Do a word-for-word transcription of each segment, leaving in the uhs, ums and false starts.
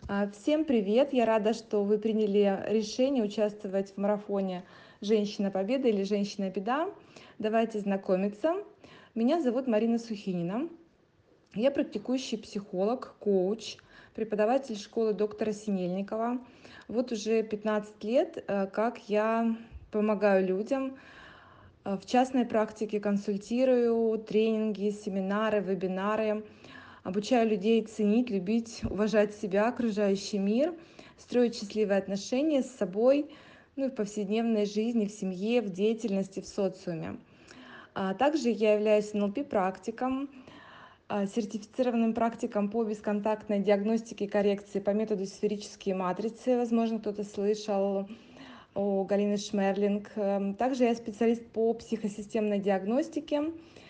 А, Всем привет! Я рада, что вы приняли решение участвовать в марафоне «Женщина Победа» или «Женщина Беда». Давайте знакомиться. Меня зовут Марина Сухинина. Я практикующий психолог, коуч, преподаватель школы доктора Синельникова. Вот уже пятнадцать лет, э, как я помогаю людям э, в частной практике, консультирую, тренинги, семинары, вебинары. Обучаю людей ценить, любить, уважать себя, окружающий мир, строить счастливые отношения с собой, ну и в повседневной жизни, в семье, в деятельности, в социуме. А также я являюсь эн эл пи-практиком, а, сертифицированным практиком по бесконтактной диагностике и коррекции по методу сферические матрицы. Возможно, кто-то слышал о Галине Шмерлинг. Эм, Также я специалист по психосистемной диагностике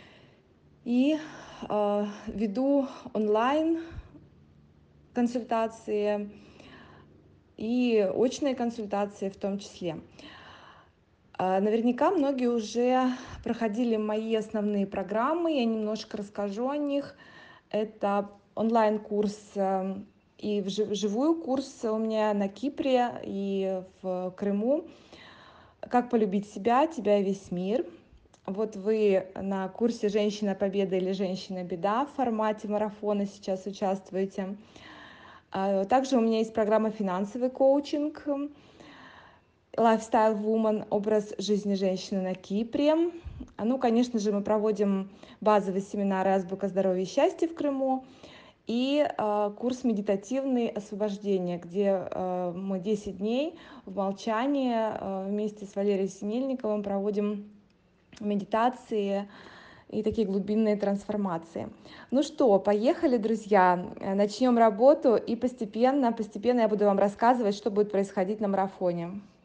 и а, веду онлайн консультации и очные консультации в том числе. А, Наверняка многие уже проходили мои основные программы, я немножко расскажу о них. Это онлайн-курс э, и вжи- вживую курс у меня на Кипре и в Крыму. Как полюбить себя, тебя и весь мир. Вот вы на курсе «Женщина Победа» или «Женщина Беда» в формате марафона сейчас участвуете. А, Также у меня есть программа «Финансовый коучинг», Lifestyle Woman, образ жизни женщины на Кипре. А, Ну, конечно же, мы проводим базовые семинары «Азбука здоровья и счастья» в Крыму и э, курс «Медитативный освобождение», где э, мы десять дней в молчании э, вместе с Валерием Синельниковым проводим медитации и такие глубинные трансформации. Ну что, поехали, друзья, Э, начнем работу, и постепенно, постепенно я буду вам рассказывать, что будет происходить на марафоне.